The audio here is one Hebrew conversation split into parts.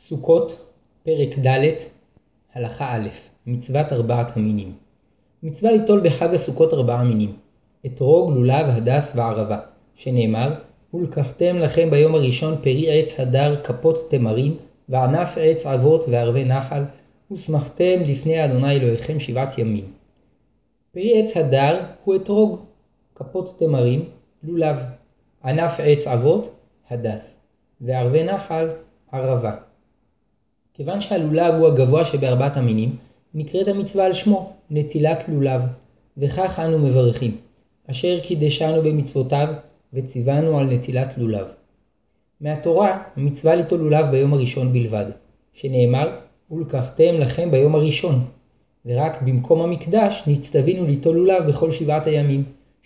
סוכות, פרק ד', הלכה א', מצוות ארבעת המינים. מצווה ליטול בחג הסוכות 4 מינים, אתרוג, לולב, הדס וערבה, שנאמר, ולקחתם לכם ביום הראשון פרי עץ הדר, כפות תמרים, וענף עץ אבות וערבי נחל, ושמחתם לפני אדוני אלוהיכם 7 ימים. פרי עץ הדר הוא אתרוג, כפות תמרים, לולב, ענף עץ אבות, הדס, וערבי נחל, ערבה. כיוון שהלולב הוא הגבוה שבארבעת המינים, נקראת המצווה על שמו, נטילת לולב, וכך אנו מברכים, אשר קידשנו במצוותיו וציוונו על נטילת לולב. מהתורה מצווה ליטול לולב ביום הראשון בלבד, שנאמר, ולקחתם לכם ביום הראשון, ורק במקום המקדש נצטווינו ליטול לולב בכל 7 הימים,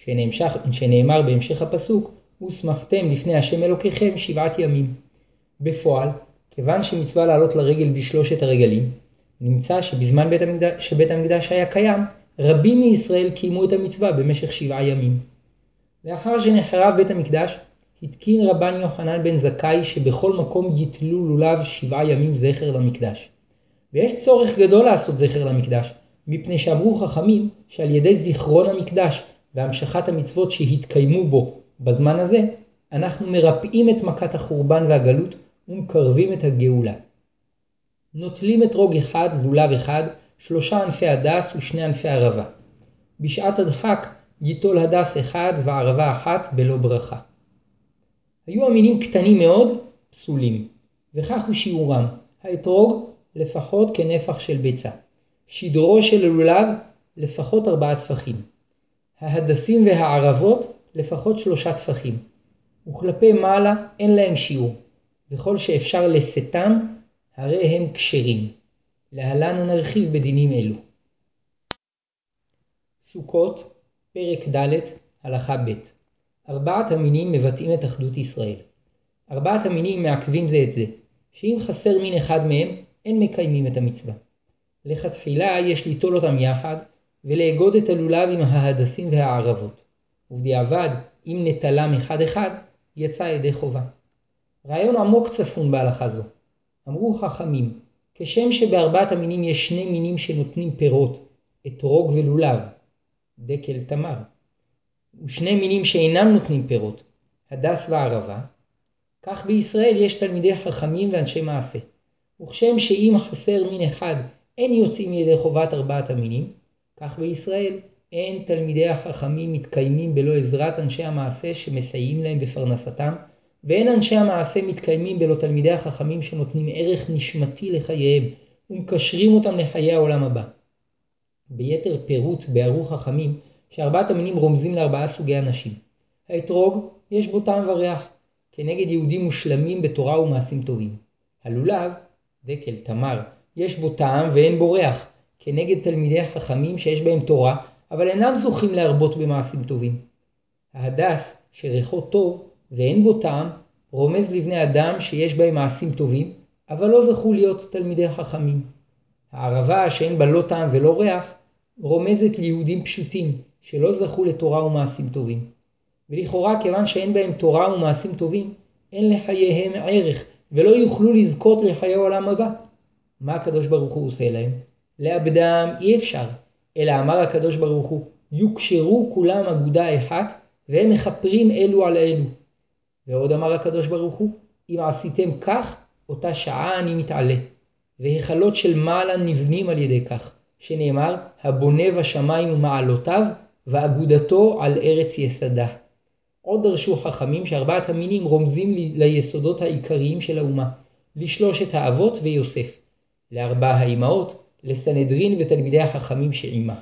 שנאמר בהמשך הפסוק, ושמחתם לפני השם אלוקיכם 7 ימים. בפועל, כיוון שמצווה לעלות לרגל ב3 הרגלים, נמצא שבזמן שבית המקדש היה קיים, רבים מישראל קיימו את המצווה במשך 7 ימים. לאחר שנחרב בית המקדש, התקין רבן יוחנן בן זכאי שבכל מקום יתלו לולב 7 ימים זכר למקדש. ויש צורך גדול לעשות זכר למקדש, מפני שאמרו חכמים שעל ידי זיכרון המקדש והמשכת המצוות שהתקיימו בו בזמן הזה, אנחנו מרפאים את מכת החורבן והגלות ומקרבים את הגאולה. נוטלים אתרוג אחד, לולב אחד, 3 ענפי הדס ו2 ענפי ערבה. בשעת הדחק ייטול הדס 1 וערבה 1 בלא ברכה. היו המינים קטנים מאוד, פסולים, וכך הוא שיעורם. האתרוג לפחות כנפח של ביצה. שדרו של הלולב לפחות 4 טפחים. ההדסים והערבות לפחות 3 טפחים. וכלפי מעלה אין להם שיעור. וכל שאפשר לשאתם, הרי הם כשרים. להלן נרחיב בדינים אלו. סוכות, פרק ד', הלכה ב'. 4 המינים מבטאים את אחדות ישראל. 4 המינים מעכבים זה את זה, שאם חסר מין אחד מהם, אין מקיימים את המצווה. לכתחילה יש ליטול אותם יחד, ולאגוד את הלולב עם ההדסים והערבות. ובדיעבד, אם נטלם אחד, יצא ידי חובה. רעיון עמוק צפון בהלכה זו. אמרו חכמים, כשם שב4 המינים יש 2 מינים שנותנים פירות, אתרוג ולולב, דקל תמר, ו2 מינים שאינם נותנים פירות, הדס וערבה, כך בישראל יש תלמידי חכמים ואנשי מעשה. וכשם שאם חסר מין אחד אין יוצאים ידי חובת 4 המינים, כך בישראל אין תלמידי החכמים מתקיימים בלא עזרת אנשי המעשה שמסייעים להם בפרנסתם, ואין אנשי המעשה מתקיימים בלא תלמידי החכמים שנותנים ערך נשמתי לחייהם ומקשרים אותם לחיי העולם הבא. ביתר פירוט בארו חכמים ש4 המינים רומזים ל4 סוגי אנשים. האתרוג יש בו טעם וריח, כנגד יהודים מושלמים בתורה ומעשים טובים. הלולב, דקל תמר, יש בו טעם ואין בו ריח, כנגד תלמידי החכמים שיש בהם תורה, אבל אינם זוכים להרבות במעשים טובים. ההדס, שריחו טוב ואין בו טעם, רומז לבני אדם שיש בהם מעשים טובים, אבל לא זכו להיות תלמידי חכמים. הערבה, שאין בה לא טעם ולא ריח, רומזת ליהודים פשוטים, שלא זכו לתורה ומעשים טובים. ולכאורה, כיוון שאין בהם תורה ומעשים טובים, אין לחייהם ערך, ולא יוכלו לזכות לחיי העולם הבא. מה הקדוש ברוך הוא עושה להם? לאבדם אי אפשר, אלא אמר הקדוש ברוך הוא, יוקשרו כולם אגודה אחת, והם מחפרים אלו על אלו. ועוד אמר הקדוש ברוך הוא, אם עשיתם כך, אותה שעה אני מתעלה. והיכלות של מעלה נבנים על ידי כך, שנאמר, הבונה בשמיים ומעלותיו, ואגודתו על ארץ יסדה. עוד דרשו חכמים ש4 המינים רומזים ליסודות העיקריים של האומה, ל3 האבות ויוסף, ל4 האימהות, לסנהדרין ותלמידי החכמים שעימה.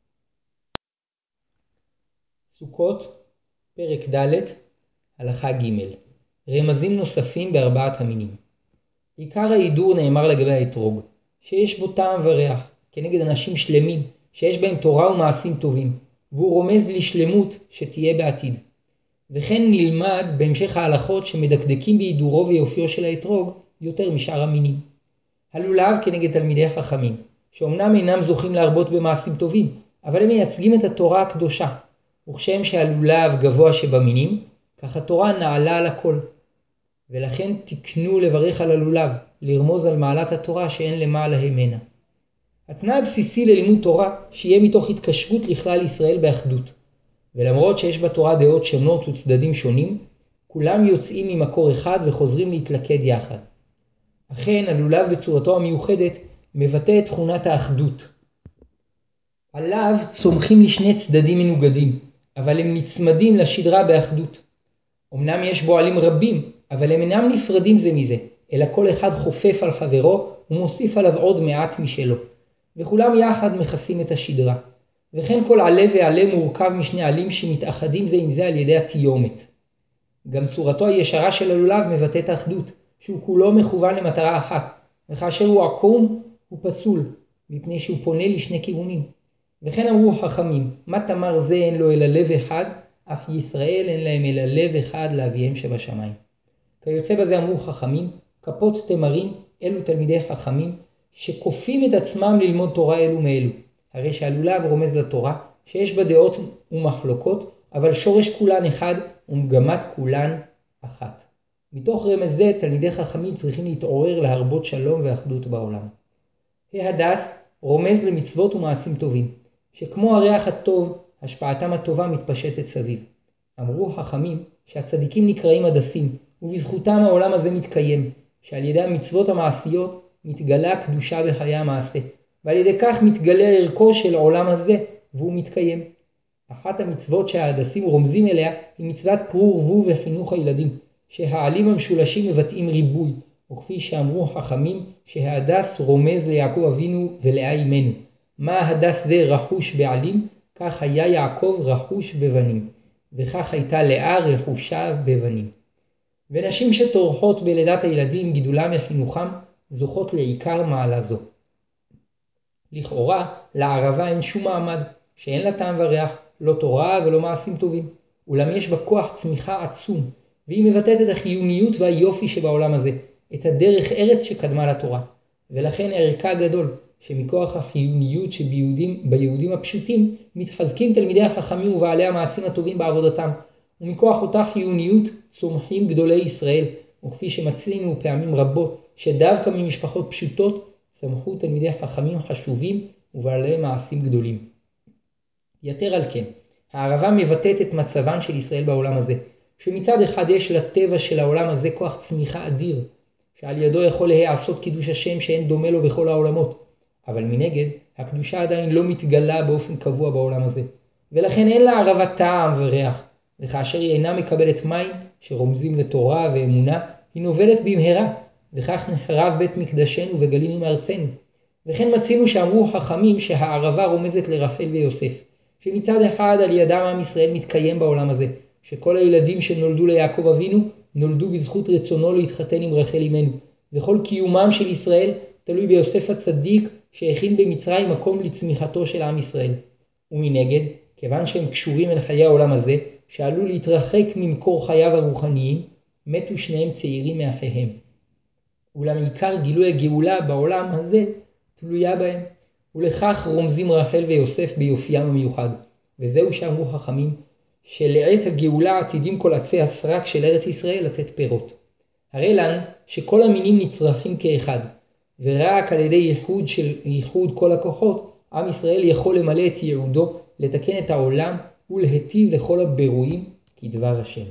סוכות, פרק ד', הלכה ג'. רמזים נוספים ב4 המינים. עיקר ההידור נאמר לגבי האתרוג, שיש בו טעם וריח, כנגד אנשים שלמים, שיש בהם תורה ומעשים טובים, והוא רומז לשלמות שתהיה בעתיד. וכן נלמד בהמשך ההלכות שמדקדקים בהידורו ויופיו של האתרוג יותר משאר המינים. הלולב כנגד תלמידי חכמים, שאומנם אינם זוכים להרבות במעשים טובים, אבל הם מייצגים את התורה הקדושה, וכשם שהלולב גבוה שבמינים, כך התורה נעלה על הכל. ולכן תקנו לברך על הלולב, לרמוז על מעלת התורה שאין למעלה ממנה. התנאי הבסיסי ללימוד תורה שיהיה מתוך התקשרות לכלל ישראל באחדות. ולמרות שיש בתורה דעות שונות וצדדים שונים, כולם יוצאים ממקור אחד וחוזרים להתלכד יחד. אכן, הלולב בצורתו המיוחדת מבטא את תכונת האחדות. עליו צומחים לשני צדדים מנוגדים, אבל הם נצמדים לשדרה באחדות. אמנם יש בו עלים רבים, אבל הם אינם נפרדים זה מזה, אלא כל אחד חופף על חברו ומוסיף עליו עוד מעט משלו. וכולם יחד מכסים את השדרה. וכן כל עלה ועלה מורכב משני עלים שמתאחדים זה עם זה על ידי התיומת. גם צורתו הישרה של הלולב מבטאת האחדות, שהוא כולו מכוון למטרה אחת, וכאשר הוא עקום הוא פסול, מפני שהוא פונה לשני כיוונים. וכן אמרו חכמים, מה תמר זה אין לו אלא לב אחד, אף ישראל אין להם אלא לב אחד לאביהם שבשמיים. כיוצא בזה אמרו חכמים, כפות תמרים אלו תלמידי חכמים, שכופים את עצמם ללמוד תורה אלו מאלו. הרי שהלולב רומז לתורה, שיש בה דעות ומחלוקות, אבל שורש כולן אחד ומגמת כולן אחת. מתוך רמז זה תלמידי חכמים צריכים להתעורר להרבות שלום ואחדות בעולם. ההדס רומז למצוות ומעשים טובים, שכמו הריח הטוב, השפעתם הטובה מתפשטת סביב. אמרו חכמים שהצדיקים נקראים הדסים, ובזכותם העולם הזה מתקיים, שעל ידי המצוות המעשיות מתגלה קדושה בחיי המעשה, ועל ידי כך מתגלה ערכו של העולם הזה, והוא מתקיים. אחת המצוות שההדסים רומזים אליה היא מצוות פרו ורבו וחינוך הילדים, שהעלים המשולשים מבטאים ריבוי, וכפי שאמרו חכמים שההדס רומז ליעקב אבינו ולאה אימנו. מה ההדס זה רחוש בעלים, כך היה יעקב רחוש בבנים, וכך הייתה לאה רחושה בבנים. ונשים שטורחות בלידת הילדים, גידולם וחינוכם, זוכות לעיקר מעלה זו. לכאורה, לערבה אין שום מעמד, שאין לה טעם וריח, לא תורה ולא מעשים טובים. אולם יש בה כוח צמיחה עצום, והיא מבטאת את החיוניות והיופי שבעולם הזה, את הדרך ארץ שקדמה לתורה. ולכן ערכה גדול, שמכוח החיוניות שביהודים הפשוטים, מתחזקים תלמידי החכמים ובעלי המעשים הטובים בעבודתם, ומכוח אותה חיוניות צומחים גדולי ישראל, וכפי שמצינו פעמים רבות, שדווקא ממשפחות פשוטות, צמחו תלמידי חכמים חשובים ובעלי מעשים גדולים. יתר על כן, הערבה מבטאת את מצבן של ישראל בעולם הזה, שמצד אחד יש לטבע של העולם הזה כוח צמיחה אדיר, שעל ידו יכול להיעשות קידוש השם שאין דומה לו בכל העולמות, אבל מנגד, הקדושה עדיין לא מתגלה באופן קבוע בעולם הזה, ולכן אין לה ערבה טעם וריח, וכאשר היא אינה מקבלת מים שרומזים לתורה ואמונה, היא נובלת במהרה, וכך נחרב בית מקדשנו וגלינו מארצנו. וכן מצינו שאמרו חכמים שהערבה רומזת לרחל ויוסף, שמצד אחד על ידם עם ישראל מתקיים בעולם הזה, שכל הילדים שנולדו ליעקב אבינו נולדו בזכות רצונו להתחתן עם רחל אמנו, וכל קיומם של ישראל תלוי ביוסף הצדיק שהכין במצרים מקום לצמיחתו של עם ישראל. ומנגד, כיוון שהם קשורים אל חיי העולם הזה, שעלול להתרחק ממקור חייו הרוחניים, מתו שניהם צעירים מאחיהם. אולם עיקר גילוי הגאולה בעולם הזה תלויה בהם, ולכך רומזים רחל ויוסף ביופיים המיוחד. וזהו שאמרו חכמים, שלעת הגאולה עתידים כל עצי הסרק של ארץ ישראל לתת פירות. הרי לן שכל המינים נצרכים כאחד, ורק על ידי ייחוד כל הכוחות, עם ישראל יכול למלא את ייעודו, לתקן את העולם ולהטיב לכל הברואים כדבר השם.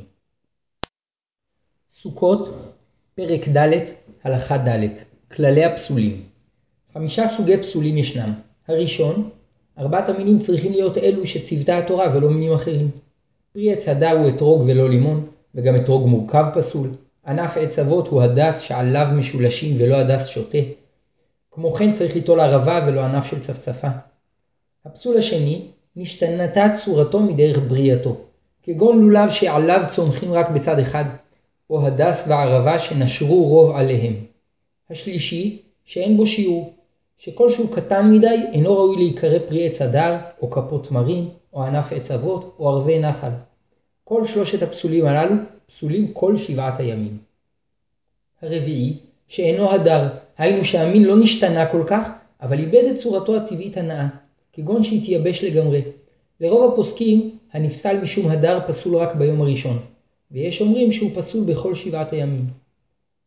סוכות, פרק ד', הלכה ד', כללי הפסולים. 5 סוגי פסולים ישנם. הראשון, 4 המינים צריכים להיות אלו שצוותה התורה ולא מינים אחרים. פרי עץ הדר הוא אתרוג ולא לימון, וגם אתרוג מורכב פסול. ענף עץ אבות הוא הדס שעליו משולשים ולא הדס שוטה. כמו כן צריך ליטול ערבה ולא ענף של צפצפה. הפסול השני, נשתנתה צורתו מדרך בריאתו, כגון לולב שעליו צומחים רק בצד אחד, או הדס וערבה שנשרו רוב עליהם. השלישי, שאין בו שיעור, שכל שהוא קטן מדי אינו ראוי להיקרא פרי עץ הדר, או כפות תמרים, או ענף עץ אבות, או ערבי נחל. כל 3 הפסולים הללו פסולים כל 7 הימים. הרביעי, שאינו הדר, היינו שהמין לא נשתנה כל כך, אבל איבד את צורתו הטבעית הנאה, כגון שהתייבש לגמרי. לרוב הפוסקים, הנפסל משום הדר פסול רק ביום הראשון, ויש אומרים שהוא פסול בכל 7 הימים.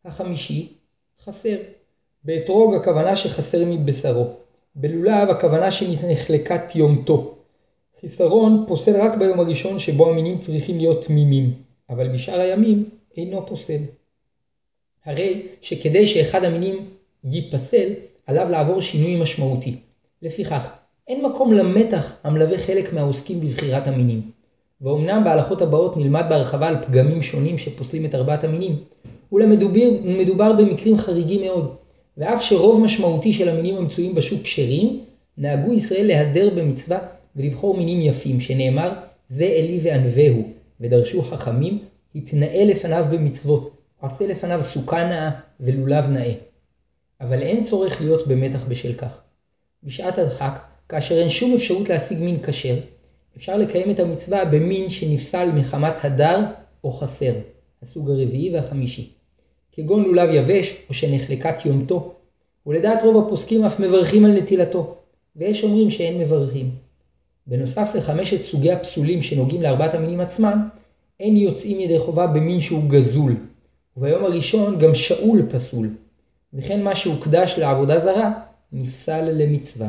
החמישי, חסר. באתרוג הכוונה שחסר מבשרו. בלולב הכוונה שנחלקה טיומתו. חיסרון פוסל רק ביום הראשון שבו המינים צריכים להיות תמימים, אבל בשאר הימים אינו פוסל. הרי שכדי שאחד המינים ייפסל, עליו לעבור שינוי משמעותי. לפיכך, אין מקום למתח המלווה חלק מהעוסקים בבחירת המינים. ואומנם בהלכות הבאות נלמד בהרחבה על פגמים שונים שפוסלים את ארבעת המינים, אולם מדובר במקרים חריגים מאוד, ואף שרוב משמעותי של המינים המצויים בשוק כשרים, נהגו ישראל להדר במצווה ולבחור מינים יפים, שנאמר, זה אלי וענווהו, ודרשו חכמים, התנאה לפניו במצוות, עשה לפניו סוכה נאה ולולב נאה. אבל אין צורך להיות במתח בשל כך. בשעת הדחק, כאשר אין שום אפשרות להשיג מין כשר, אפשר לקיים את המצווה במין שנפסל מחמת הדר או חסר, הסוג הרביעי והחמישי, כגון לולב יבש או שנחלקה טיומתו, ולדעת רוב הפוסקים אף מברכים על נטילתו, ויש אומרים שאין מברכים. בנוסף לחמשת סוגי הפסולים שנוגעים לארבעת המינים עצמם, אין יוצאים ידי חובה במין שהוא גזול, וביום הראשון גם שאול פסול, וכן מה שהוקדש לעבודה זרה נפסל למצווה.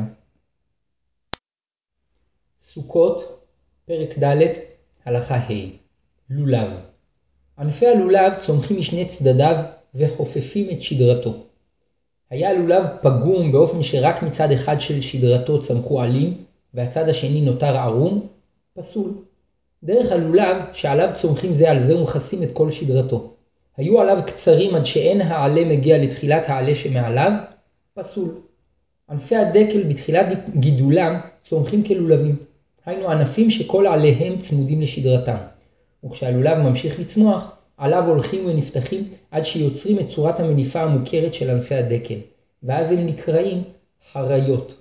סוכות, פרק ד', הלכה ה'. לולב. ענפי הלולב צומחים משני צדדיו וחופפים את שדרתו. היה הלולב פגום באופן שרק מצד אחד של שדרתו צמחו עלים, והצד השני נותר ערום, פסול. דרך הלולב שעליו צומחים זה על זה ומכסים את כל שדרתו. היו עליו קצרים עד שאין העלה מגיע לתחילת העלה שמעליו, פסול. ענפי הדקל בתחילת גידולם צומחים כלולבים, היינו ענפים שכל עליהם צמודים לשדרתם. וכשהלולב ממשיך לצמוח, עליו הולכים ונפתחים עד שיוצרים את צורת המניפה המוכרת של ענפי הדקל, ואז הם נקראים חריות.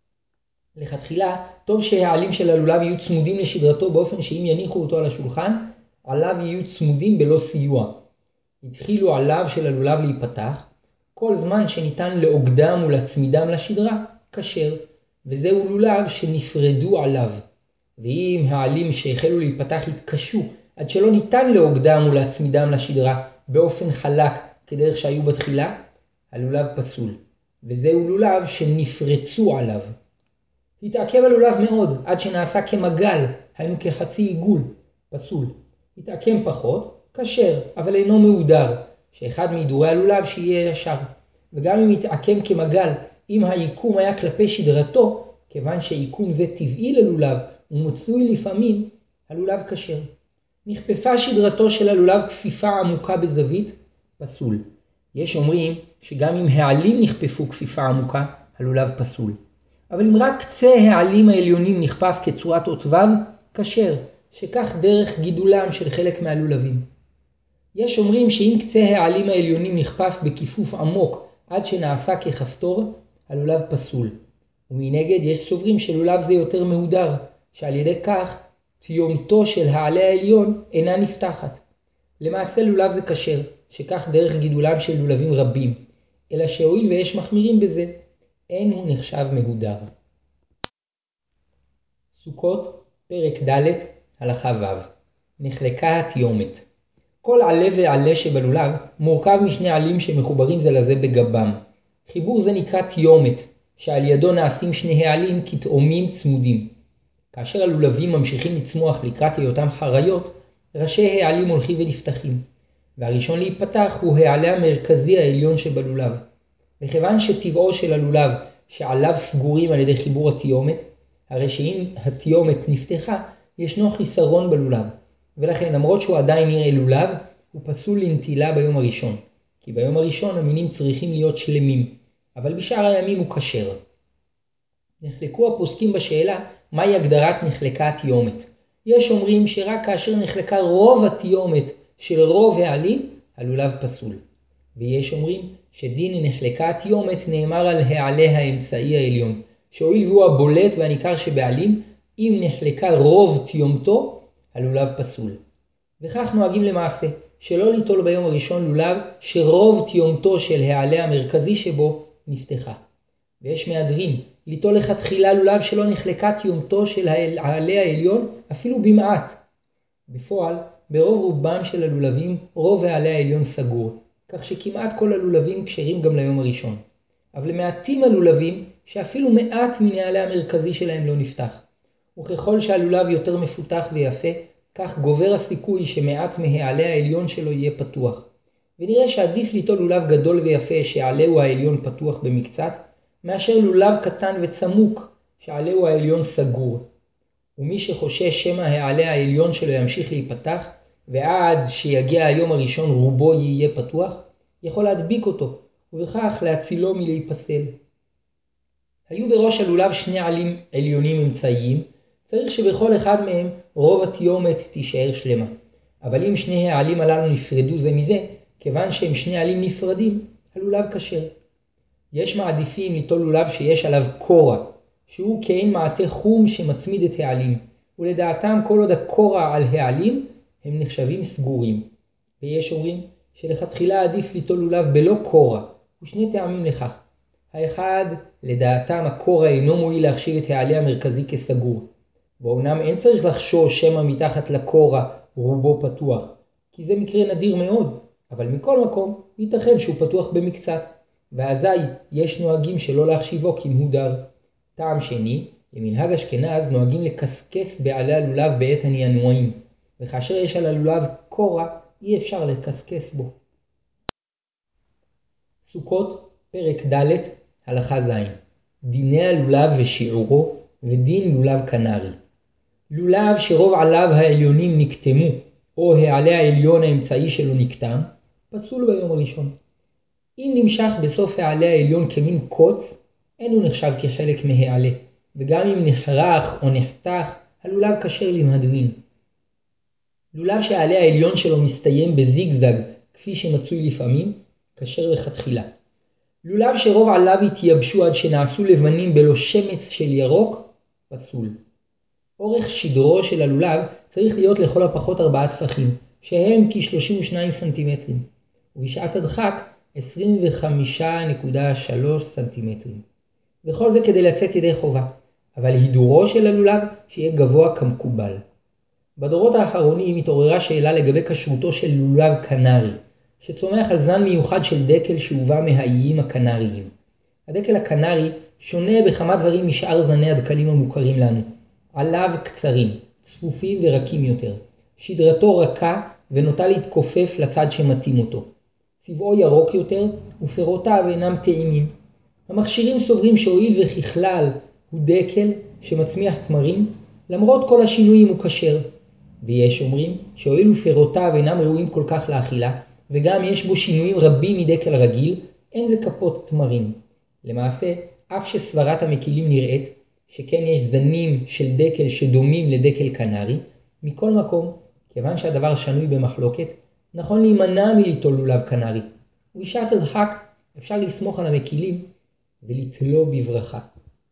לכתחילה, טוב שהעלים של הלולב יהיו צמודים לשדרתו באופן שאם יניחו אותו על השולחן, עליו יהיו צמודים בלא סיוע. התחילו עליו של הלולב להיפתח, כל זמן שניתן לעוגדם ולצמידם לשדרה, כשר, וזהו לולב שנפרדו עליו. ואם העלים שהחלו להיפתח התקשו עד שלא ניתן לעוגדם ולהצמידם לשדרה באופן חלק כדרך שהיו בתחילה, הלולב פסול, וזהו לולב שנפרצו עליו. התעכב הלולב מאוד עד שנעשה כמגל, היינו כחצי עיגול, פסול. התעכם פחות, כשר, אבל אינו מהודר, שאחד מהידורי הלולב שיהיה ישר. וגם אם התעכם כמגל, אם העיקום היה כלפי שדרתו, כיוון שעיקום זה טבעי ללולב ומצוי לפעמים, הלולב כשר. נכפפה שדרתו של הלולב כפיפה עמוקה בזווית, פסול. יש אומרים שגם אם העלים נכפפו כפיפה עמוקה, הלולב פסול. אבל אם רק קצה העלים העליונים נכפף כצורת עוטביו, כשר, שכך דרך גידולם של חלק מהלולבים. יש אומרים שאם קצה העלים העליונים נכפף בכיפוף עמוק עד שנעשה ככפתור, הלולב פסול. ומנגד יש סוברים שלולב זה יותר מהודר, שעל ידי כך טיומתו של העלה העליון אינה נפתחת. למעשה לולב זה כשר, שכך דרך גידולם של לולבים רבים, אלא שהואיל ויש מחמירים בזה, אין הוא נחשב מהודר. סוכות, פרק ד', הלכה ו'. נחלקה התיומת. כל עלה ועלה שבלולב מורכב משני עלים שמחוברים זה לזה בגבם. חיבור זה נקרא תיומת, שעל ידו נעשים שני העלים כתאומים צמודים. כאשר הלולבים ממשיכים לצמוח לקראת היותם חריות, ראשי העלים הולכים ונפתחים, והראשון להיפתח הוא העלה המרכזי העליון שבלולב. וכיוון שטבעו של הלולב שעליו סגורים על ידי חיבור התיומת, הרי שאם התיומת נפתחה, ישנו חיסרון בלולב, ולכן למרות שהוא עדיין נראה לולב, הוא פסול לנטילה ביום הראשון, כי ביום הראשון המינים צריכים להיות שלמים, אבל בשאר הימים הוא כשר. נחלקו הפוסקים בשאלה מהי הגדרת נחלקה התיומת. יש אומרים שרק כאשר נחלקה רוב התיומת של רוב העלים, הלולב פסול. ויש אומרים שדין נחלקה התיומת נאמר על העלה האמצעי העליון, שהואיל והוא הבולט והניכר שבעלים, אם נחלקה רוב תיומתו, הלולב פסול. וכך נוהגים למעשה, שלא ליטול ביום הראשון לולב שרוב תיומתו של העלה המרכזי שבו נפתחה. ויש מהדרים ליטול לכתחילה לולב שלא נחלקה תיומתו של העלה העליון אפילו במעט. בפועל, ברוב רובם של הלולבים רוב העלה העליון סגור, כך שכמעט כל הלולבים כשרים גם ליום הראשון. אבל למעטים הלולבים שאפילו מעט מנעלי המרכזי שלהם לא נפתח. וככל שהלולב יותר מפותח ויפה, כך גובר הסיכוי שמעט מהעלה העליון שלו יהיה פתוח. ונראה שעדיף ליטול לולב גדול ויפה שעלהו העליון פתוח במקצת, מאשר לולב קטן וצמוק שעלהו העליון סגור. ומי שחושש שמא העלה העליון שלו ימשיך להיפתח, ועד שיגיע היום הראשון רובו יהיה פתוח, יכול להדביק אותו, ובכך להצילו מלהיפסל. היו בראש הלולב שני עלים עליונים אמצעיים, צריך שבכל אחד מהם רוב התיומת תישאר שלמה. אבל אם שני העלים הללו נפרדו זה מזה, כיוון שהם שני עלים נפרדים, הלולב כשר. יש מעדיפים ליטול לולב שיש עליו קורע, שהוא כאין מעטה חום שמצמיד את העלים, ולדעתם כל עוד הקורע על העלים הם נחשבים סגורים. ויש אומרים שלכתחילה עדיף ליטול לולב בלא קורע, ושני טעמים לכך. האחד, לדעתם הקורע אינו מועיל להחשיב את העלה המרכזי כסגור. ואומנם אין צריך לחשוש שמא מתחת לקורע רובו פתוח, כי זה מקרה נדיר מאוד, אבל מכל מקום ייתכן שהוא פתוח במקצת, ואזי יש נוהגים שלא להחשיבו כמהודר. טעם שני, למנהג אשכנז נוהגים לקסקס בעלי הלולב בעת הנענועים, וכאשר יש על הלולב קורע אי אפשר לקסקס בו. סוכות, פרק ד', הלכה ז', דיני הלולב ושיעורו ודין לולב קנרי. לולב שרוב עליו העליונים נקטמו, או העלה העליון האמצעי שלו נקטם, פסול ביום הראשון. אם נמשך בסוף העלה העליון כמין קוץ, אין הוא נחשב כחלק מהעלה, וגם אם נחרך או נחתך, הלולב כשר למהדרין. לולב שהעלה העליון שלו מסתיים בזיגזג, כפי שמצוי לפעמים, כשר לכתחילה. לולב שרוב עליו התייבשו עד שנעשו לבנים בלא שמץ של ירוק, פסול. אורך שדרו של הלולב צריך להיות לכל הפחות 4 טפחים, שהם כ-32 סנטימטרים, ובשעת הדחק 25.3 סנטימטרים. וכל זה כדי לצאת ידי חובה, אבל הידורו של הלולב שיהיה גבוה כמקובל. בדורות האחרונים התעוררה שאלה לגבי כשרותו של לולב קנרי, שצומח על זן מיוחד של דקל שהובא מהאיים הקנריים. הדקל הקנרי שונה בכמה דברים משאר זני הדקלים המוכרים לנו. עליו קצרים, צפופים ורקים יותר. שדרתו רכה ונוטה להתכופף לצד שמתאים אותו. צבעו ירוק יותר ופירותיו אינם טעימים. המכשירים סוברים שהואיל וככלל הוא דקל שמצמיח תמרים, למרות כל השינויים הוא כשר. ויש אומרים שהואיל ופירותיו אינם ראויים כל כך לאכילה, וגם יש בו שינויים רבים מדקל רגיל, אין זה כפות תמרים. למעשה, אף שסברת המקילים נראית, שכן יש זנים של דקל שדומים לדקל קנרי, מכל מקום, כיוון שהדבר שנוי במחלוקת, נכון להימנע מליטול לולב קנרי, ובשעת הדחק אפשר לסמוך על המקילים ולתלו בברכה.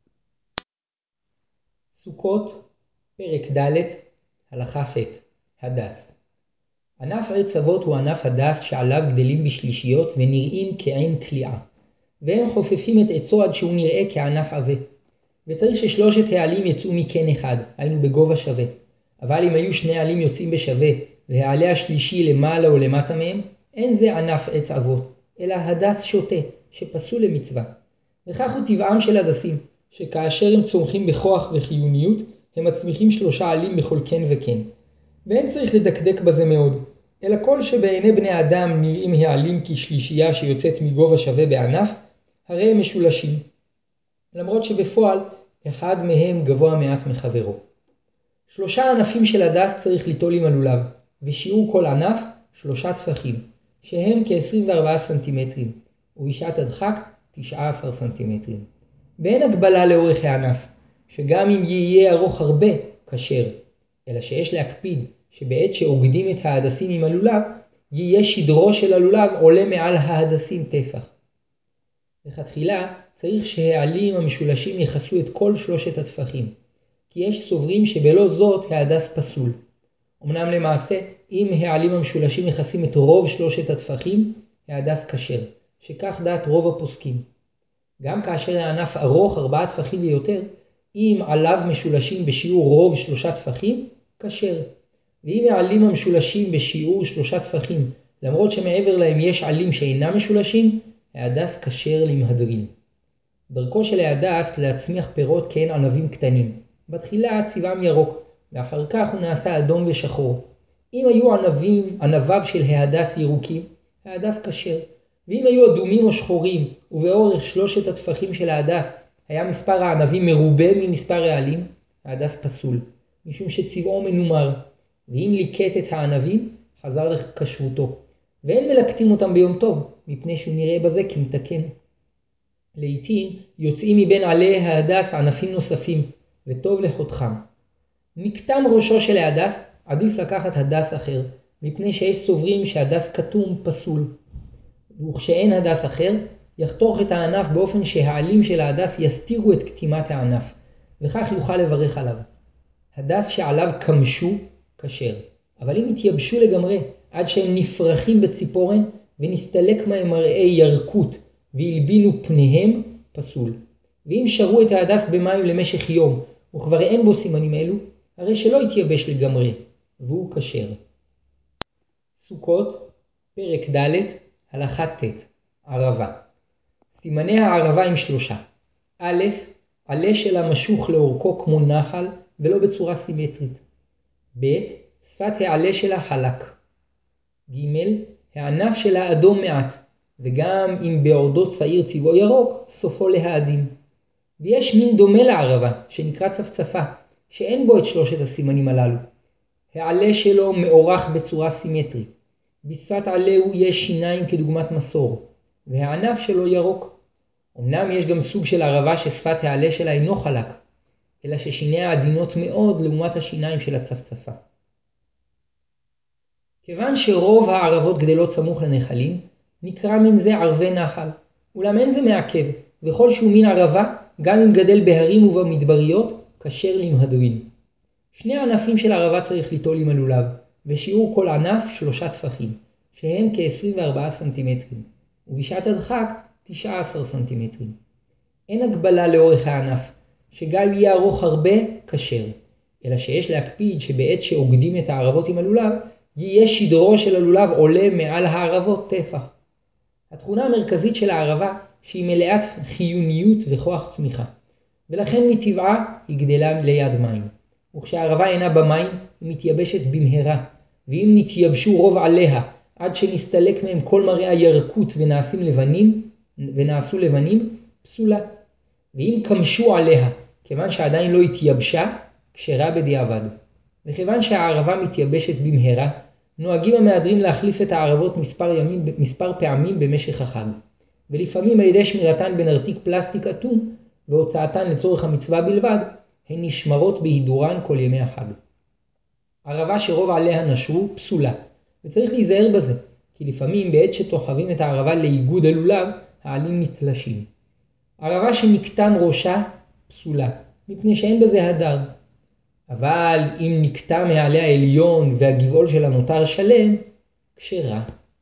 סוכות, פרק ד', הלכה ח', הדס. ענף עץ אבות הוא ענף הדס שעליו גדלים בשלישיות ונראים כעין קליעה, והם חופפים את עצו עד שהוא נראה כענף עבה. וצריך ששלושת העלים יצאו מקן אחד, היינו בגובה שווה. אבל אם היו שני העלים יוצאים בשווה, והעלה השלישי למעלה או למטה מהם, אין זה ענף עץ אבות, אלא הדס שוטה, שפסול למצווה. וכך הוא טבעם של הדסים, שכאשר הם צומחים בכוח וחיוניות, הם מצמיחים 3 עלים בכל קן וקן. ואין צריך לדקדק בזה מאוד, אלא כל שבעיני בני אדם נראים העלים כשלישייה שיוצאת מגובה שווה בענף, הרי הם משולשים. למרות שבפועל אחד מהם גבוה מעט מחברו. 3 ענפים של הדס צריך ליטול עם הלולב, ושיעור כל ענף 3 טפחים, שהם כ-24 סנטימטרים, ובשעת הדחק 19 סנטימטרים. ואין הגבלה לאורך הענף, שגם אם יהיה ארוך הרבה, כשר, אלא שיש להקפיד שבעת שעוגדים את ההדסים עם הלולב, יהיה שדרו של הלולב עולה מעל ההדסים טפח. לכתחילה צריך שהעלים המשולשים יחסו את כל 3 הטפחים, כי יש סוברים שבלא זאת ההדס פסול. אמנם למעשה, אם העלים המשולשים יחסים את רוב 3 הטפחים, ההדס כשר, שכך דעת רוב הפוסקים. גם כאשר הענף ארוך 4 טפחים ויותר, אם עליו משולשים בשיעור רוב 3 טפחים, כשר. ואם העלים המשולשים בשיעור 3 טפחים למרות שמעבר להם יש עלים שאינם משולשים, ההדס כשר למהדרין. דרכו של ההדס להצמיח פירות כהן ענבים קטנים. בתחילה צבעם ירוק, ואחר כך הוא נעשה אדום ושחור. אם היו ענביו של ההדס ירוקים, ההדס כשר. ואם היו אדומים או שחורים, ובאורך 3 הטפחים של ההדס היה מספר הענבים מרובה ממספר העלים, ההדס פסול, משום שצבעו מנומר. ואם ליקט את הענבים, חזר לכשרותו. ואין מלקטים אותם ביום טוב, מפני שהוא נראה בזה כמתקן. לעתים יוצאים מבין עלי ההדס ענפים נוספים, וטוב לחותכם. נקטם ראשו של ההדס, עדיף לקחת הדס אחר, מפני שיש סוברים שהדס כתום פסול. וכשאין הדס אחר, יחתוך את הענף באופן שהעלים של ההדס יסתירו את קטימת הענף, וכך יוכל לברך עליו. הדס שעליו קמשו, כשר, אבל אם יתייבשו לגמרי, עד שהם נפרחים בציפורן, ונסתלק מהם מראה ירקות, והלבינו פניהם, פסול. ואם שרו את ההדס במים למשך יום, וכבר אין בו סימנים אלו, הרי שלא יתייבש לגמרי, והוא כשר. סוכות, פרק ד', הלכה ט', ערבה. סימני הערבה הם 3. א', עלה שלה משוך לאורכו כמו נחל, ולא בצורה סימטרית. ב', שפת העלה שלה חלק. ג', הענף שלה אדום מעט, וגם אם בעודו צעיר צבעו ירוק, סופו להאדים. ויש מין דומה לערבה, שנקרא צפצפה, שאין בו את 3 הסימנים הללו. העלה שלו מאורך בצורה סימטרית. בשפת עלהו יש שיניים כדוגמת מסור, והענף שלו ירוק. אמנם יש גם סוג של ערבה ששפת העלה שלה אינו חלק, אלא ששיניה עדינות מאוד לעומת השיניים של הצפצפה. כיוון שרוב הערבות גדלות סמוך לנחלים, נקרא מין זה ערבי נחל, אולם אין זה מעכב, וכל שהוא מין ערבה, גם אם גדל בהרים ובמדבריות, כשר למהדרין. 2 ענפים של ערבה צריך ליטול עם הלולב, ושיעור כל ענף 3 טפחים, שהם כ-24 סנטימטרים, ובשעת הדחק 19 סנטימטרים. אין הגבלה לאורך הענף, שגם יהיה ארוך הרבה, כשר, אלא שיש להקפיד שבעת שעוגדים את הערבות עם הלולב, יהיה שדרו של הלולב עולה מעל הערבות טפח. התכונה המרכזית של הערבה שהיא מלאת חיוניות וכוח צמיחה, ולכן מטבעה היא גדלה ליד מים. וכשהערבה אינה במים היא מתייבשת במהרה, ואם נתייבשו רוב עליה עד שנסתלק מהם כל מראה הירקות ונעשו לבנים, פסולה. ואם קמשו עליה, כיוון שעדיין לא התייבשה, כשרה בדיעבד. וכיוון שהערבה מתייבשת במהרה, נוהגים המהדרים להחליף את הערבות מספר פעמים במשך החג, ולפעמים על ידי שמירתן בנרתיק פלסטיק אטום והוצאתן לצורך המצווה בלבד, הן נשמרות בהידורן כל ימי החג. ערבה שרוב עליה נשרו, פסולה, וצריך להיזהר בזה, כי לפעמים בעת שתוחבים את הערבה לאיגוד הלולב, העלים נתלשים. ערבה שנקטם ראשה, פסולה, מפני שאין בזה הדר. אבל אם נקטע מעלה העליון והגבעול שלה נותר שלם, כשרה.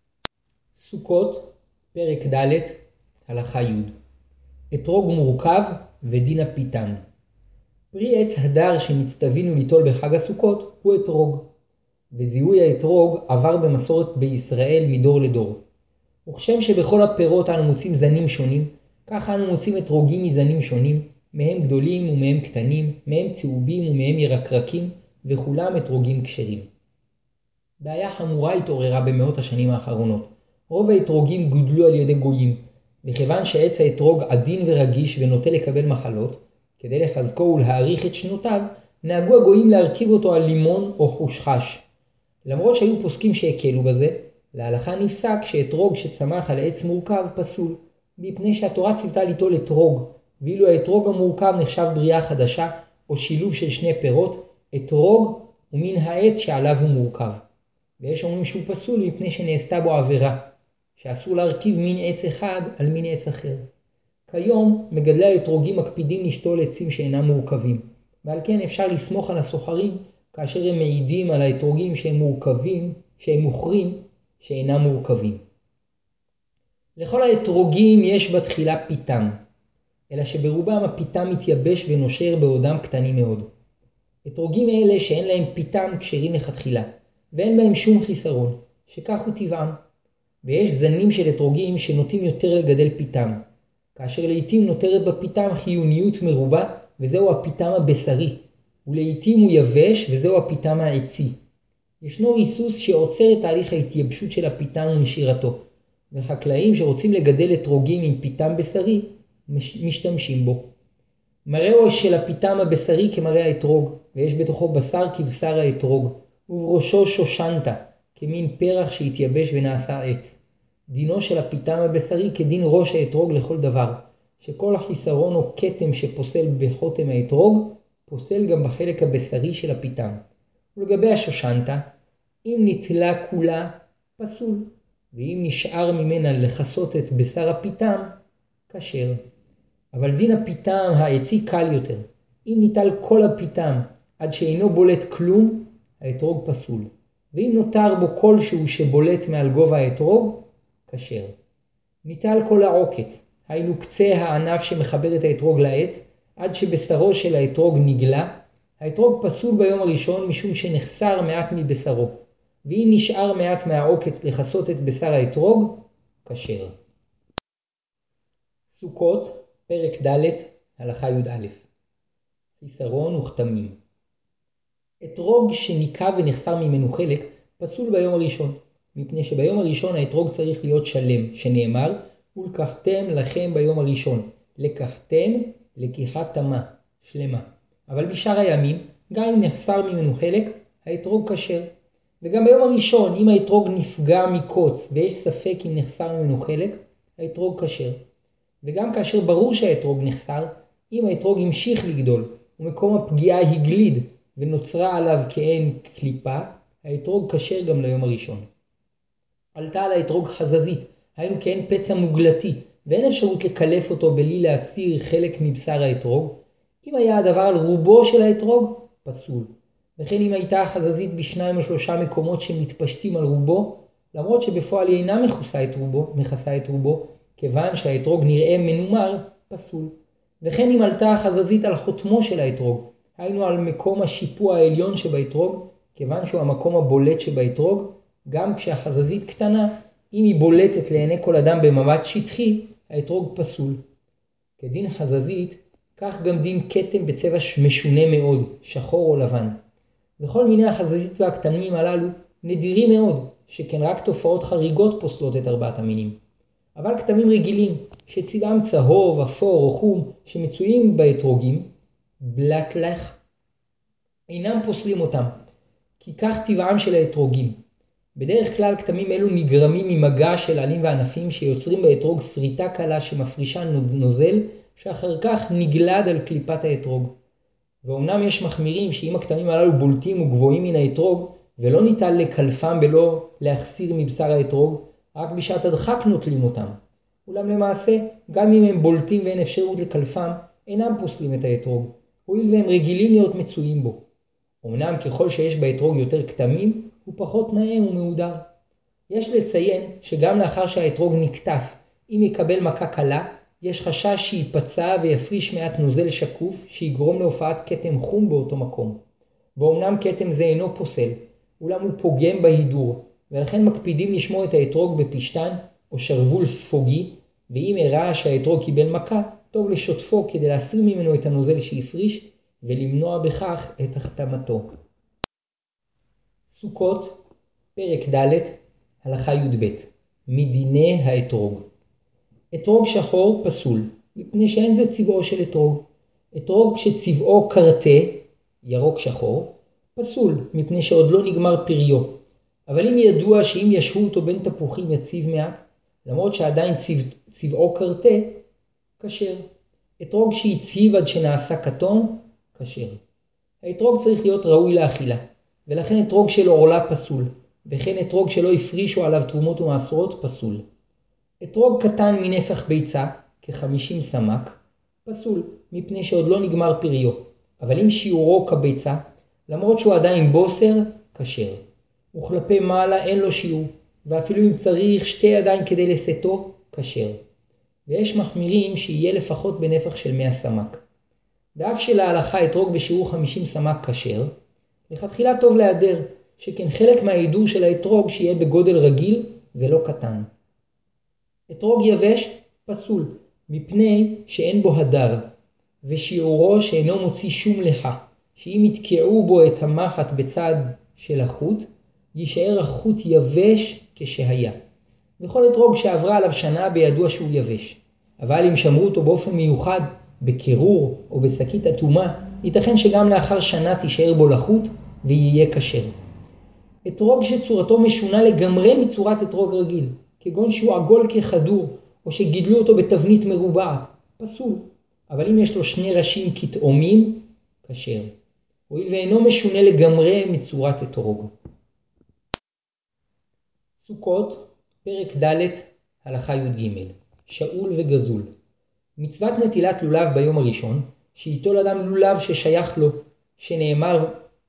סוכות, פרק ד', הלכה י', אתרוג מורכב ודין הפיתן. פרי עץ הדר שמצטווינו ליטול בחג הסוכות הוא אתרוג, וזיהוי האתרוג עבר במסורת בישראל מדור לדור. וכשם שבכל הפירות אנו מוצאים זנים שונים, כך אנו מוצאים אתרוגים מזנים שונים, מהם גדולים ומהם קטנים, מהם צהובים ומהם ירקרקים, וכולם אתרוגים כשרים. בעיה חמורה התעוררה במאות השנים האחרונות. רוב האתרוגים גודלו על ידי גויים, וכיוון שעץ האתרוג עדין ורגיש ונוטה לקבל מחלות, כדי לחזקו ולהאריך את שנותיו, נהגו הגויים להרכיב אותו על לימון או חושחש. למרות שהיו פוסקים שהקלו בזה, להלכה נפסק שאתרוג שצמח על עץ מורכב פסול, מפני שהתורה ציוותה ליטול אתרוג, ואילו האתרוג המורכב נחשב בריאה חדשה או שילוב של 2 פירות, אתרוג הוא מן העץ שעליו הוא מורכב. ויש אומרים שהוא פסול מפני שנעשתה בו עבירה, שאסור להרכיב מין עץ אחד על מין עץ אחר. כיום מגדלי האתרוגים מקפידים לשתול עצים שאינם מורכבים, ועל כן אפשר לסמוך על הסוחרים כאשר הם מעידים על האתרוגים שהם מוכרים שאינם מורכבים. לכל האתרוגים יש בתחילה פיתם, אלא שברובם הפיתם מתייבש ונושר בעודם קטנים מאוד. אתרוגים אלה שאין להם פיתם כשרים לכתחילה, ואין בהם שום חיסרון, שכך הוא טבעם, ויש זנים של אתרוגים שנוטים יותר לגדל פיתם, כאשר לעתים נותרת בפיתם חיוניות מרובה, וזהו הפיתם הבשרי, ולעתים הוא יבש, וזהו הפיתם העצי. ישנו ריסוס שעוצר את תהליך ההתייבשות של הפיתם ונשירתו, וחקלאים שרוצים לגדל אתרוגים עם פיתם בשרי, משתמשים בו. מראהו של הפיתם הבשרי כמראה האתרוג, ויש בתוכו בשר כבשר האתרוג, ובראשו שושנתה, כמין פרח שהתייבש ונעשה עץ. דינו של הפיתם הבשרי כדין ראש האתרוג לכל דבר, שכל החיסרון או כתם שפוסל בחותם האתרוג, פוסל גם בחלק הבשרי של הפיתם. ולגבי השושנתה, אם נטלה כולה, פסול, ואם נשאר ממנה לחסות את בשר הפיתם, כשר. אבל דין הפיתם העצי קל יותר. אם ניטל כל הפיתם עד שאינו בולט כלום, האתרוג פסול. ואם נותר בו כלשהו שבולט מעל גובה האתרוג, כשר. ניטל כל העוקץ, היינו קצה הענף שמחבר את האתרוג לעץ, עד שבשרו של האתרוג נגלה, האתרוג פסול ביום הראשון משום שנחסר מעט מבשרו. ואם נשאר מעט מהעוקץ לחסות את בשר האתרוג, כשר. סוכות, פרק ד', הלכה י"א. חיסרון וכתמים. אתרוג שניקה ונחסר ממנו חלק, פסול ביום הראשון, מפני שביום הראשון האתרוג צריך להיות שלם, שנאמר, ולקחתם לכם ביום הראשון, לקחתם לקיחת תמה, שלמה. אבל בשאר הימים, גם אם נחסר ממנו חלק, האתרוג כשר. וגם ביום הראשון, אם האתרוג נפגע מקוץ ויש ספק אם נחסר ממנו חלק, האתרוג כשר. וגם כאשר ברור שהאתרוג נחסר, אם האתרוג המשיך לגדול ומקום הפגיעה הגליד ונוצרה עליו כעין קליפה, האתרוג כשר גם ליום הראשון. עלתה על האתרוג חזזית, היינו כעין פצע מוגלתי, ואין אפשרות לקלף אותו בלי להסיר חלק מבשר האתרוג. אם היה הדבר על רובו של האתרוג, פסול. וכן אם הייתה החזזית בשניים או שלושה מקומות שמתפשטים על רובו, למרות שבפועל היא אינה מכסה את רובו, כיוון שהאתרוג נראה מנומר, פסול. וכן אם עלתה החזזית על חותמו של האתרוג, היינו על מקום השיפוע העליון שבאתרוג, כיוון שהוא המקום הבולט שבאתרוג, גם כשהחזזית קטנה, אם היא בולטת לעיני כל אדם במבט שטחי, האתרוג פסול. כדין חזזית, כך גם דין כתם בצבע משונה מאוד, שחור או לבן. וכל מיני החזזית והקטנים הללו נדירים מאוד, שכן רק תופעות חריגות פוסלות את ארבעת המינים. אבל כתמים רגילים, שצבעם צהוב, אפור או חום, שמצויים באתרוגים, בלטלך, אינם פוסלים אותם, כי כך טבעם של האתרוגים. בדרך כלל כתמים אלו נגרמים ממגע של עלים וענפים שיוצרים באתרוג שריטה קלה שמפרישה נוזל, שאחר כך נגלד על קליפת האתרוג. ואומנם יש מחמירים שאם הכתמים הללו בולטים וגבוהים מן האתרוג, ולא ניתן לקלפם ולא להחסיר מבשר האתרוג, רק בשעת הדחק נוטלים אותם. אולם למעשה, גם אם הם בולטים ואין אפשרות לקלפם, אינם פוסלים את האתרוג, הואיל והם רגילים להיות מצויים בו. אמנם ככל שיש באתרוג יותר כתמים, הוא פחות נאה ומהודר. יש לציין שגם לאחר שהאתרוג נקטף, אם יקבל מכה קלה, יש חשש שיפצע ויפריש מעט נוזל שקוף שיגרום להופעת כתם חום באותו מקום. ואומנם כתם זה אינו פוסל, אולם הוא פוגם בהידור, ולכן מקפידים לשמור את האתרוג בפשטן או שרוול ספוגי, ואם הראה שהאתרוג קיבל מכה, טוב לשוטפו כדי להסיר ממנו את הנוזל שהפריש ולמנוע בכך את החתמתו. סוכות, פרק ד', הלכה י"ב, מדיני האתרוג. אתרוג שחור פסול, מפני שאין זה צבעו של אתרוג. אתרוג שצבעו קרטה, ירוק שחור, פסול, מפני שעוד לא נגמר פריו. אבל אם ידוע שאם ישהו אותו בין תפוחים יציב מעט, למרות שעדיין צבעו קרטה, כשר. אתרוג שהציב עד שנעשה כתום, כשר. האתרוג צריך להיות ראוי לאכילה, ולכן אתרוג שלו עורלה פסול, וכן אתרוג שלא הפרישו עליו תרומות ומעשרות פסול. אתרוג קטן מנפח ביצה, כ-50 סמ"ק, פסול, מפני שעוד לא נגמר פריו, אבל אם שיעורו כביצה, למרות שהוא עדיין בוסר, כשר. וכלפי מעלה אין לו שיעור, ואפילו אם צריך 2 ידיים כדי לשאתו, כשר. ויש מחמירים שיהיה לפחות בנפח של 100 סמ"ק. ואף שלהלכה אתרוג בשיעור 50 סמ"ק כשר, לכתחילה טוב להיעדר, שכן חלק מההידור של האתרוג שיהיה בגודל רגיל ולא קטן. אתרוג יבש פסול, מפני שאין בו הדר, ושיעורו שאינו מוציא שום לחה, שאם יתקעו בו את המחט בצד של החוט, יישאר החוט יבש כשהיה. וכל אתרוג שעברה עליו שנה בידוע שהוא יבש. אבל אם שמרו אותו באופן מיוחד, בקירור או בשקית אטומה, ייתכן שגם לאחר שנה תישאר בו לחות ויהיה כשר. אתרוג שצורתו משונה לגמרי מצורת אתרוג רגיל, כגון שהוא עגול ככדור, או שגידלו אותו בתבנית מרובעת, פסול. אבל אם יש לו שני ראשים כתאומים, כשר. הואיל ואינו משונה לגמרי מצורת אתרוג. סוכות, פרק ד', הלכה י"ג. שאול וגזול. מצוות נטילת לולב ביום הראשון, שיטול אדם לולב ששייך לו, שנאמר,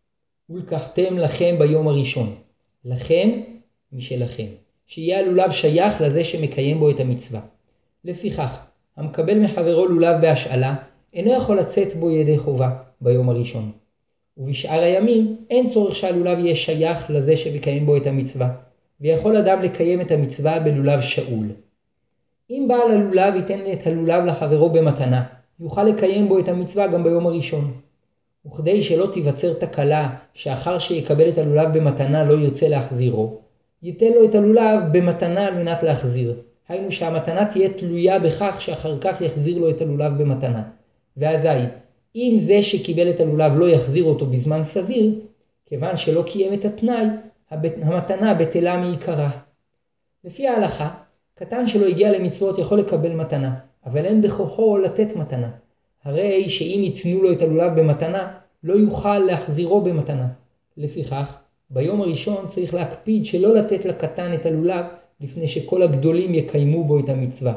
ולקחתם לכם ביום הראשון. לכם משלכם. שיהיה הלולב שייך לזה שמקיים בו את המצווה. לפיכך, המקבל מחברו לולב בהשאלה, אינו יכול לצאת בו ידי חובה ביום הראשון. ובשאר הימים אין צורך שהלולב יהיה שייך לזה שמקיים בו את המצווה, ויכול אדם לקיים את המצווה בלולב שאול. אם בעל הלולב ייתן את הלולב לחברו במתנה, יוכל לקיים בו את המצווה גם ביום הראשון. וכדי שלא תיווצר תקלה שאחר שיקבל את הלולב במתנה לא ירצה להחזירו, ייתן לו את הלולב במתנה על מנת להחזיר. היינו שהמתנה תהיה תלויה בכך שאחר כך יחזיר לו את הלולב במתנה. ואזי, אם זה שקיבל את הלולב לא יחזיר אותו בזמן סביר, כיוון שלא קיים את התנאי, המתנה בטלה מעיקרה. לפי ההלכה, קטן שלא הגיע למצוות יכול לקבל מתנה, אבל אין בכוחו לתת מתנה. הרי שאם ייתנו לו את הלולב במתנה, לא יוכל להחזירו במתנה. לפיכך, ביום הראשון צריך להקפיד שלא לתת לקטן את הלולב לפני שכל הגדולים יקיימו בו את המצווה.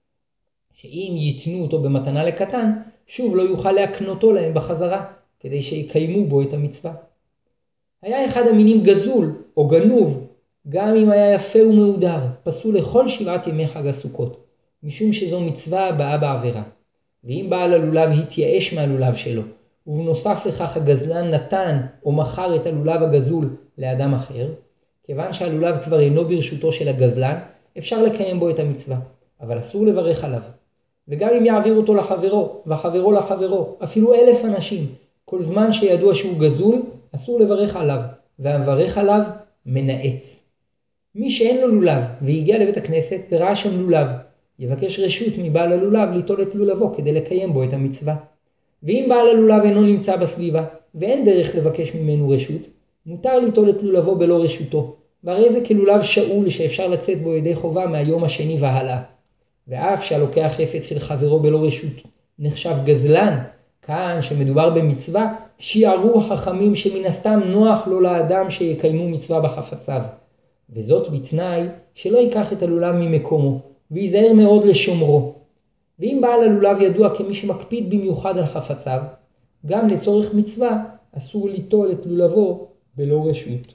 שאם ייתנו אותו במתנה לקטן, שוב לא יוכל להקנותו להם בחזרה, כדי שיקיימו בו את המצווה. היה אחד המינים גזול או גנוב, גם אם היה יפה ומהודר, פסול לכל 7 ימי חג הסוכות, משום שזו מצווה הבאה בעבירה. ואם בעל הלולב התייאש מהלולב שלו, ובנוסף לכך הגזלן נתן או מכר את הלולב הגזול לאדם אחר, כיוון שהלולב כבר אינו ברשותו של הגזלן, אפשר לקיים בו את המצווה, אבל אסור לברך עליו. וגם אם יעביר אותו לחברו, וחברו לחברו, אפילו 1000 אנשים, כל זמן שידוע שהוא גזול, אסור לברך עליו, והמברך עליו מנאץ. מי שאין לו לולב והגיע לבית הכנסת וראה שם לולב, יבקש רשות מבעל הלולב ליטול את לולבו כדי לקיים בו את המצווה. ואם בעל הלולב אינו נמצא בסביבה, ואין דרך לבקש ממנו רשות, מותר ליטול את לולבו בלא רשותו, והרי זה כלולב שאול שאפשר לצאת בו ידי חובה מהיום השני והלאה. ואף שהלוקח חפץ של חברו בלא רשות נחשב גזלן, כאן שמדובר במצווה, שיערו חכמים שמן הסתם נוח לו לאדם שיקיימו מצווה בחפציו. וזאת בתנאי שלא ייקח את הלולב ממקומו, ויזהר מאוד לשומרו. ואם בעל הלולב ידוע כמי שמקפיד במיוחד על חפציו, גם לצורך מצווה אסור ליטול את לולבו בלא רשות.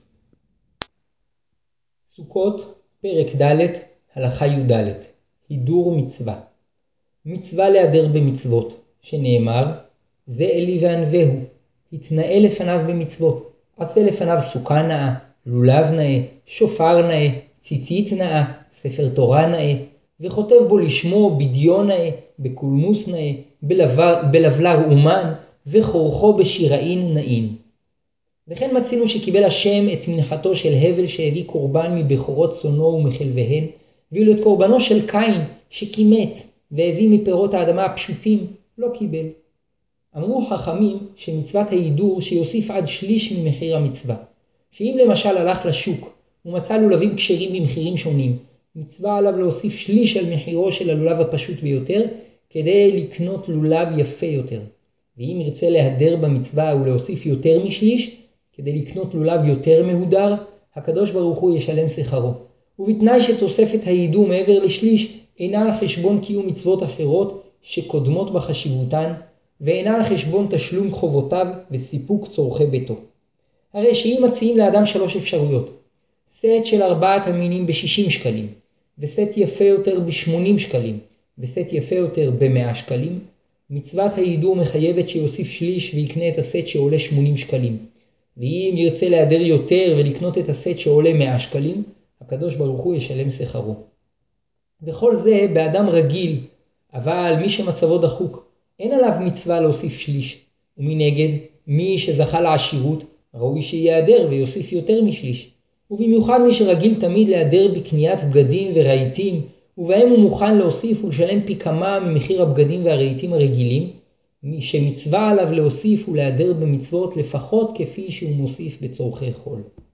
סוכות, פרק ד', הלכה י"ד. הידור מצווה. מצווה להדר במצוות, שנאמר, זה אלי וענווהו, התנאה לפניו במצוות, עשה לפניו סוכה נאה, לולב נאה, שופר נאה, ציצית נאה, ספר תורה נאה, וכותב בו לשמו בדיון נאה, בקולמוס נאה, בלבלר אומן, וחורכו בשיראין נאין. וכן מצינו שקיבל השם את מנחתו של הבל שהביא קורבן מבכורות צונו ומחלביהן, ואילו את קורבנו של קין שקימץ והביא מפירות האדמה הפשוטים לא קיבל. אמרו חכמים שמצוות ההידור שיוסיף עד שליש ממחיר המצווה, שאם למשל הלך לשוק ומצא לולבים כשרים במחירים שונים, מצווה עליו להוסיף שליש על מחירו של הלולב הפשוט ביותר, כדי לקנות לולב יפה יותר. ואם ירצה להדר במצווה ולהוסיף יותר משליש, כדי לקנות לולב יותר מהודר, הקדוש ברוך הוא ישלם שכרו. ובתנאי שתוספת ההידור מעבר לשליש אינה על חשבון קיום מצוות אחרות שקודמות בחשיבותן, ואינה על חשבון תשלום חובותיו וסיפוק צורכי ביתו. הרי שאם מציעים לאדם 3 אפשרויות, סט של 4 המינים ב-60 שקלים, וסט יפה יותר ב-80 שקלים, וסט יפה יותר ב-100 שקלים, מצוות ההידור מחייבת שיוסיף שליש ויקנה את הסט שעולה 80 שקלים. ואם ירצה להדר יותר ולקנות את הסט שעולה 100 שקלים, הקדוש ברוך הוא ישלם שכרו. וכל זה באדם רגיל, אבל מי שמצבו דחוק, אין עליו מצווה להוסיף שליש. ומנגד, מי שזכה לעשירות, ראוי שיעדר ויוסיף יותר משליש. ובמיוחד מי שרגיל תמיד להיעדר בקניית בגדים ורהיטים, ובהם הוא מוכן להוסיף ולשלם פי כמה ממחיר הבגדים והרהיטים הרגילים, מי שמצווה עליו להוסיף ולהיעדר במצוות לפחות כפי שהוא מוסיף בצורכי חול.